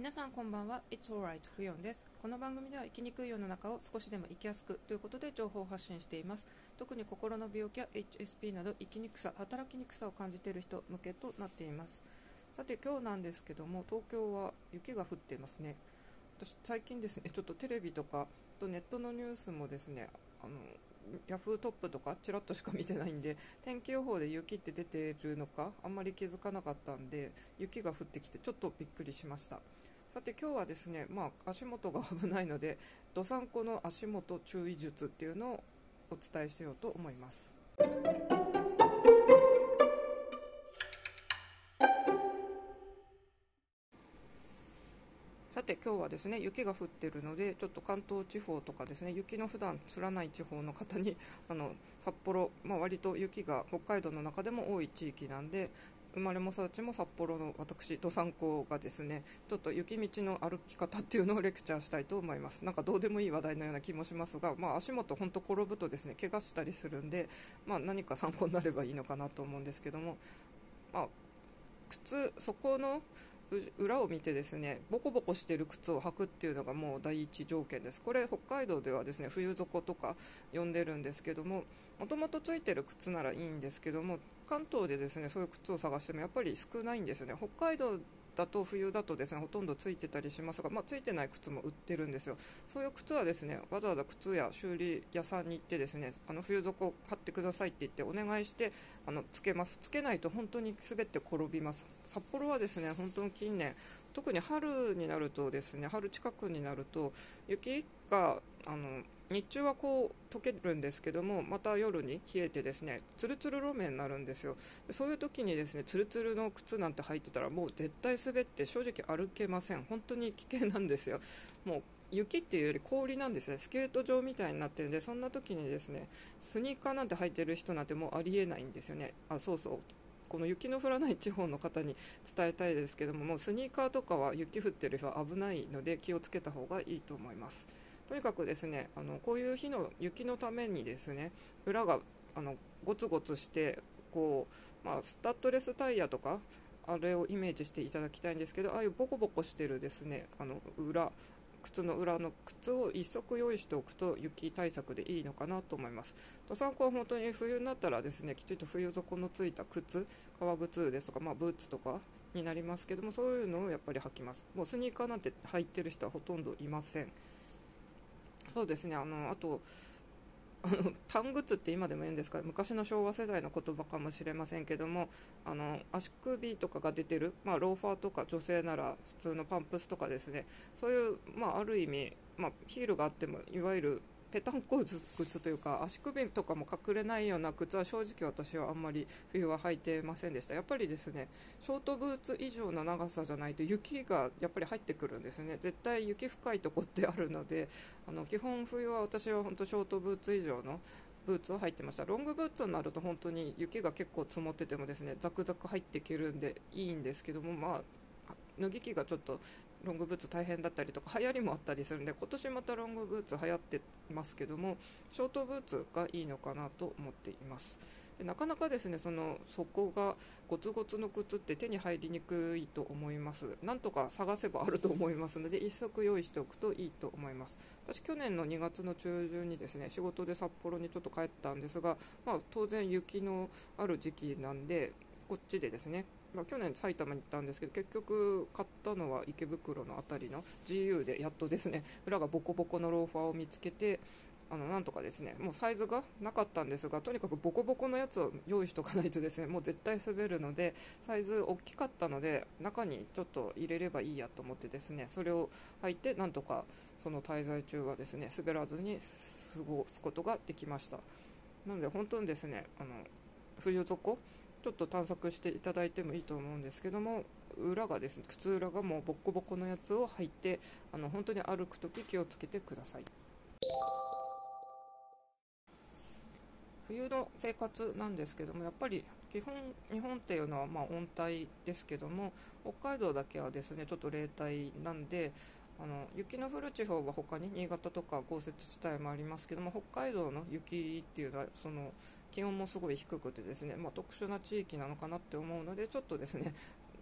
皆さんこんばんは。 It's alright フヨンです。この番組では生きにくい世の中を少しでも生きやすくということで情報を発信しています。特に心の病気や HSP など生きにくさ、働きにくさを感じている人向けとなっています。さて今日なんですけども、東京は雪が降っていますね。私最近ですね、ちょっとテレビとかとネットのニュースもですね、ヤフートップとかちらっとしか見てないんで、天気予報で雪って出ているのかあんまり気づかなかったんで、雪が降ってきてちょっとびっくりしました。さて今日はですね、足元が危ないので、どさんこの足元注意術っていうのをお伝えしようと思います。さて今日はですね、雪が降っているので、ちょっと関東地方とかですね、雪の普段降らない地方の方に札幌、割と雪が北海道の中でも多い地域なんで、生まれも育ちも札幌の私どさんこがですね、ちょっと雪道の歩き方っていうのをレクチャーしたいと思います。なんかどうでもいい話題のような気もしますが、足元本当転ぶとですね怪我したりするんで、何か参考になればいいのかなと思うんですけども、まあ、そこの裏を見てですね、ボコボコしている靴を履くっていうのがもう第一条件です。これ北海道ではですね冬底とか呼んでるんですけども、もともとついてる靴ならいいんですけども、関東でですねそういう靴を探してもやっぱり少ないんですよね。北海道だと冬だとですねほとんどついてたりしますが、ついてない靴も売ってるんですよ。そういう靴はですねわざわざ靴や修理屋さんに行ってですね、冬底を買ってくださいって言ってお願いして、つけます。つけないと本当に滑って転びます。札幌はですね本当に近年、特に春になるとですね、春近くになると雪が日中は溶けるんですけども、また夜に冷えてですねツルツル路面になるんですよ。そういう時にですねツルツルの靴なんて履いてたらもう絶対滑って正直歩けません。本当に危険なんですよ。もう雪っていうより氷なんですね。スケート場みたいになってるんで、そんな時にですねスニーカーなんて履いてる人なんてもうありえないんですよね。そうそう、この雪の降らない地方の方に伝えたいですけども、もうスニーカーとかは雪降ってる日は危ないので気をつけた方がいいと思います。とにかくですねこういう日の雪のためにですね、裏がゴツゴツしてスタッドレスタイヤとかあれをイメージしていただきたいんですけど、ああいうボコボコしてるですね靴の裏の靴を一足用意しておくと雪対策でいいのかなと思います。登山口は本当に冬になったらですね、きちんと冬底のついた靴、革靴ですとか、ブーツとかになりますけども、そういうのをやっぱり履きます。もうスニーカーなんて履いてる人はほとんどいません。そうですね、あとタングツって今でも言うんですか、昔の昭和世代の言葉かもしれませんけども、足首とかが出てる、ローファーとか女性なら普通のパンプスとかですね、そういう、ある意味、ヒールがあってもいわゆるペタンコ靴というか足首とかも隠れないような靴は正直私はあんまり冬は履いてませんでした。やっぱりですねショートブーツ以上の長さじゃないと雪がやっぱり入ってくるんですね。絶対雪深いとこってあるので、基本冬は私は本当ショートブーツ以上のブーツを履いてました。ロングブーツになると本当に雪が結構積もっててもですねザクザク入っていけるんでいいんですけども、脱ぎ着がちょっとロングブーツ大変だったりとか流行りもあったりするんで、今年またロングブーツ流行ってますけども、ショートブーツがいいのかなと思っています。でなかなかですね底がゴツゴツの靴って手に入りにくいと思います。なんとか探せばあると思いますので一足用意しておくといいと思います。私去年の2月の中旬にですね仕事で札幌にちょっと帰ったんですが、当然雪のある時期なんでこっちでですね、去年埼玉に行ったんですけど、結局買ったのは池袋の辺りの GU でやっとですね裏がボコボコのローファーを見つけて、なんとかですねもうサイズがなかったんですが、とにかくボコボコのやつを用意しておかないとですねもう絶対滑るので、サイズ大きかったので中にちょっと入れればいいやと思ってですね、それを履いてなんとかその滞在中はですね滑らずに過ごすことができました。なので本当にですね冬底ちょっと探索していただいてもいいと思うんですけども、裏がですね靴裏がもうボッコボコのやつを履いて本当に歩くとき気をつけてください。冬の生活なんですけども、やっぱり基本日本っていうのは温帯ですけども、北海道だけはですねちょっと冷帯なんで、雪の降る地方は他に新潟とか豪雪地帯もありますけども、北海道の雪っていうのはその気温もすごい低くてですね、特殊な地域なのかなって思うので、ちょっとですね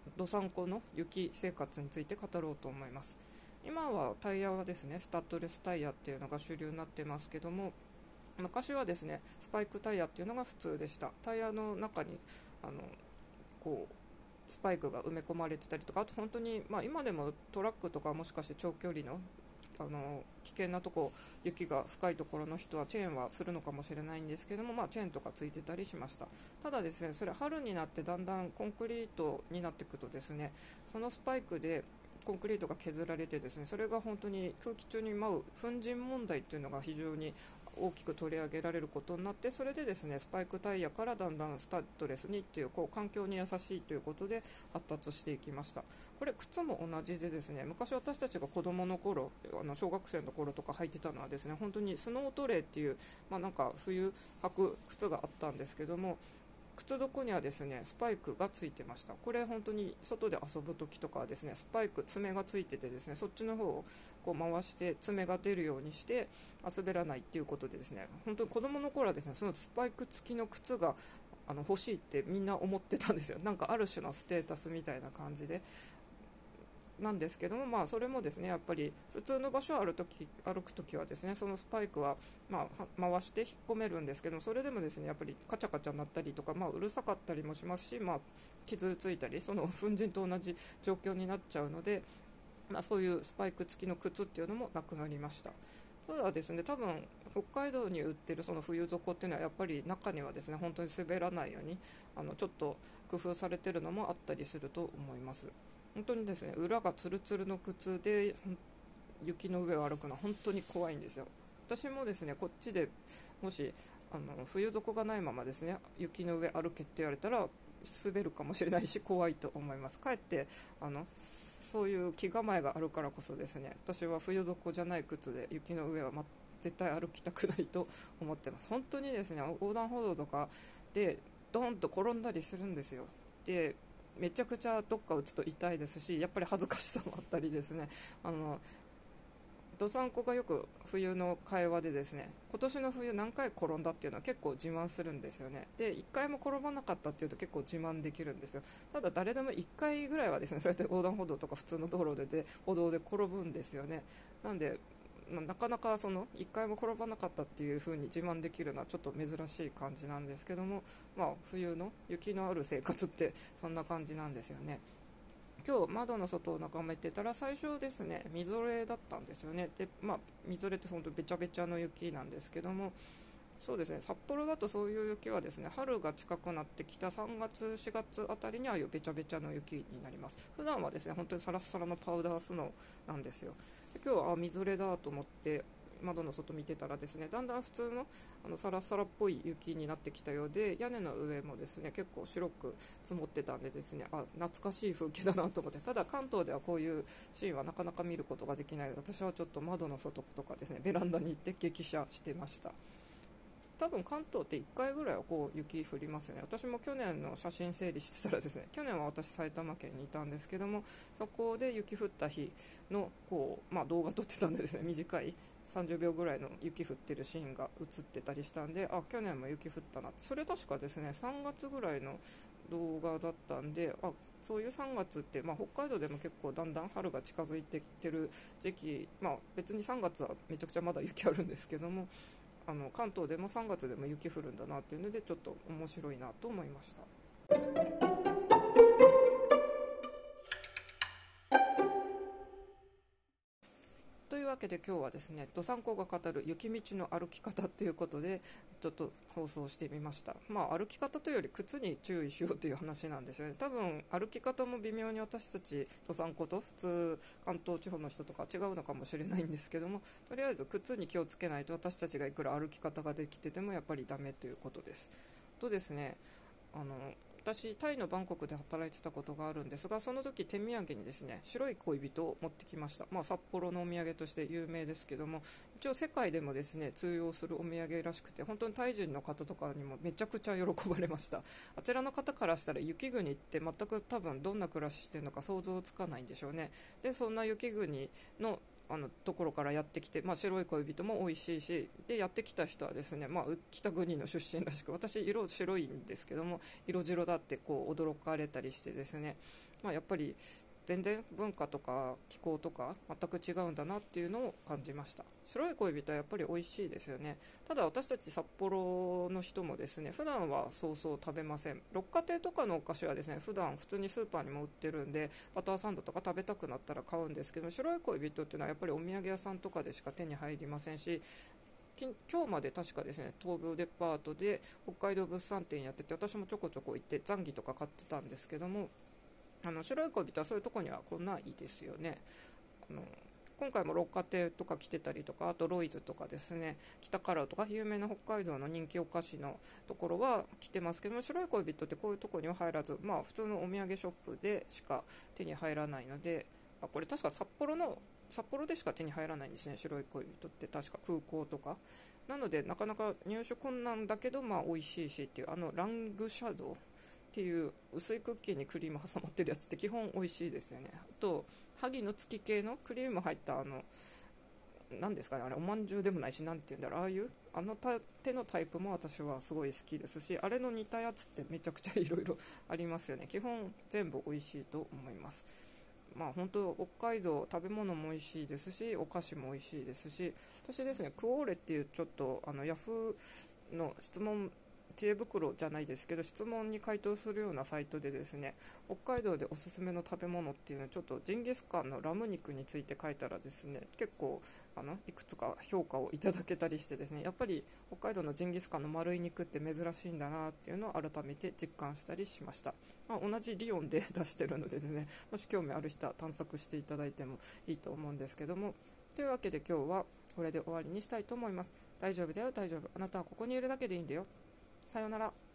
どさんこの雪生活について語ろうと思います。今はタイヤはですね、スタッドレスタイヤっていうのが主流になってますけども、昔はですね、スパイクタイヤっていうのが普通でした。タイヤの中にあのこうスパイクが埋め込まれてたりとか、あと本当に、今でもトラックとかもしかして長距離の危険なとこ、雪が深いところの人はチェーンはするのかもしれないんですけども、チェーンとかついてたりしました。ただですね、それ春になってだんだんコンクリートになっていくとですね、そのスパイクでコンクリートが削られてですね、それが本当に空気中に舞う粉塵問題っていうのが非常に大きく取り上げられることになって、それでですね、スパイクタイヤからだんだんスタッドレスにっていう、環境に優しいということで発達していきました。これ靴も同じでですね、昔私たちが子供の頃、小学生の頃とか履いてたのはですね、本当にスノートレーっていう、なんか冬履く靴があったんですけども、靴底にはですねスパイクがついてました。これ本当に外で遊ぶ時とかはですね、スパイク爪がついててですね、そっちの方を回して爪が出るようにして滑らないっていうことでですね、本当に子供の頃はですね、そのスパイク付きの靴が欲しいってみんな思ってたんですよ。なんかある種のステータスみたいな感じでなんですけども、それもですね、やっぱり普通の場所を歩くときはですね、そのスパイクは、回して引っ込めるんですけども、それでもですね、やっぱりカチャカチャ鳴ったりとか、うるさかったりもしますし、傷ついたり、その粉塵と同じ状況になっちゃうので、そういうスパイク付きの靴っていうのもなくなりました。ただですね、多分北海道に売ってるその冬底っていうのはやっぱり中にはですね、本当に滑らないようにちょっと工夫されてるのもあったりすると思います。本当にですね、裏がツルツルの靴で雪の上を歩くのは本当に怖いんですよ。私もですね、こっちでもし冬底がないままですね、雪の上歩けって言われたら滑るかもしれないし怖いと思います。かえってそういう気構えがあるからこそですね、私は冬底じゃない靴で雪の上は、絶対歩きたくないと思ってます。本当にですね、横断歩道とかでドーンと転んだりするんですよ。でめちゃくちゃどっか打つと痛いですし、やっぱり恥ずかしさもあったりですね、どさんこがよく冬の会話でですね、今年の冬何回転んだっていうのは結構自慢するんですよね。で1回も転ばなかったっていうと結構自慢できるんですよ。ただ誰でも1回ぐらいはですね、そうやって横断歩道とか普通の道路で歩道で転ぶんですよね。なんでなかなかその1回も転ばなかったっていう風に自慢できるのはちょっと珍しい感じなんですけども、冬の雪のある生活ってそんな感じなんですよね。今日窓の外を眺めてたら最初ですね、みぞれだったんですよね。でみぞれって本当べちゃべちゃの雪なんですけども、そうですね、札幌だとそういう雪はですね、春が近くなってきた3月4月あたりにああいうべちゃべちゃの雪になります。普段はですね、本当にサラッサラのパウダースノーなんですよ。で今日はみぞれだと思って窓の外見てたらですね、だんだん普通のサラサラっぽい雪になってきたようで、屋根の上もですね結構白く積もってたんでですね、懐かしい風景だなと思って。ただ関東ではこういうシーンはなかなか見ることができないので、私はちょっと窓の外とかですね、ベランダに行って激写してました。多分関東って1回ぐらいは雪降りますよね。私も去年の写真整理してたらですね、去年は私埼玉県にいたんですけども、そこで雪降った日の動画撮ってたんでですね、短い30秒ぐらいの雪降ってるシーンが映ってたりしたんで、去年も雪降ったな、それ確かですね3月ぐらいの動画だったんで、そういう3月って、北海道でも結構だんだん春が近づいてきてる時期、別に3月はめちゃくちゃまだ雪あるんですけども、関東でも3月でも雪降るんだなっていうのでちょっと面白いなと思いました。というわけで今日はですね、どさんこが語る雪道の歩き方ということでちょっと放送してみました。歩き方というより靴に注意しようという話なんですよね。多分歩き方も微妙に私たちどさんこと普通関東地方の人とか違うのかもしれないんですけども、とりあえず靴に気をつけないと私たちがいくら歩き方ができててもやっぱりダメということです。とですね、私タイのバンコクで働いてたことがあるんですが、その時手土産にですね白い恋人を持ってきました。札幌のお土産として有名ですけども、一応世界でもですね通用するお土産らしくて、本当にタイ人の方とかにもめちゃくちゃ喜ばれました。あちらの方からしたら雪国って全く多分どんな暮らししてるのか想像つかないんでしょうね。でそんな雪国のところからやってきて、白い恋人も美味しいし、でやってきた人はですね、北国の出身らしく、私色白いんですけども色白だって驚かれたりしてですね、 やっぱり全然文化とか気候とか全く違うんだなっていうのを感じました。白い恋人はやっぱり美味しいですよね。ただ私たち札幌の人もですね、普段はそうそう食べません。六花亭とかのお菓子はですね、普段普通にスーパーにも売ってるんで、バターサンドとか食べたくなったら買うんですけど、白い恋人っていうのはやっぱりお土産屋さんとかでしか手に入りませんし、今日まで確かですね、東武デパートで北海道物産展やってて、私もちょこちょこ行ってザンギとか買ってたんですけども、白い恋人はそういうとこには来ないですよね。あの今回も六花亭とか来てたりとか、あとロイズとかですね、北カラーとか有名な北海道の人気お菓子のところは来てますけども、白い恋人ってこういうところには入らず、普通のお土産ショップでしか手に入らないので、これ確か札幌でしか手に入らないんですね、白い恋人って確か空港とかなので、なかなか入手困難だけど美味しいしっていう、ラングシャドウっていう薄いクッキーにクリーム挟まってるやつって基本美味しいですよね。あと萩の月系のクリーム入った何ですかね、あれおまんじゅうでもないし、なんていうんだろう、ああいう手のタイプも私はすごい好きですし、あれの似たやつってめちゃくちゃいろいろありますよね。基本全部美味しいと思います。本当北海道食べ物も美味しいですし、お菓子も美味しいですし、私ですね、クオーレっていうちょっとヤフーの質問知恵袋じゃないですけど、質問に回答するようなサイトでですね、北海道でおすすめの食べ物っていうのをちょっとジンギスカンのラム肉について書いたらですね、結構いくつか評価をいただけたりしてですね、やっぱり北海道のジンギスカンの丸い肉って珍しいんだなっていうのを改めて実感したりしました。同じリヨンで出してるのでですね、もし興味ある人は探索していただいてもいいと思うんですけども、というわけで今日はこれで終わりにしたいと思います。大丈夫だよ、大丈夫、あなたはここにいるだけでいいんだよ。さようなら。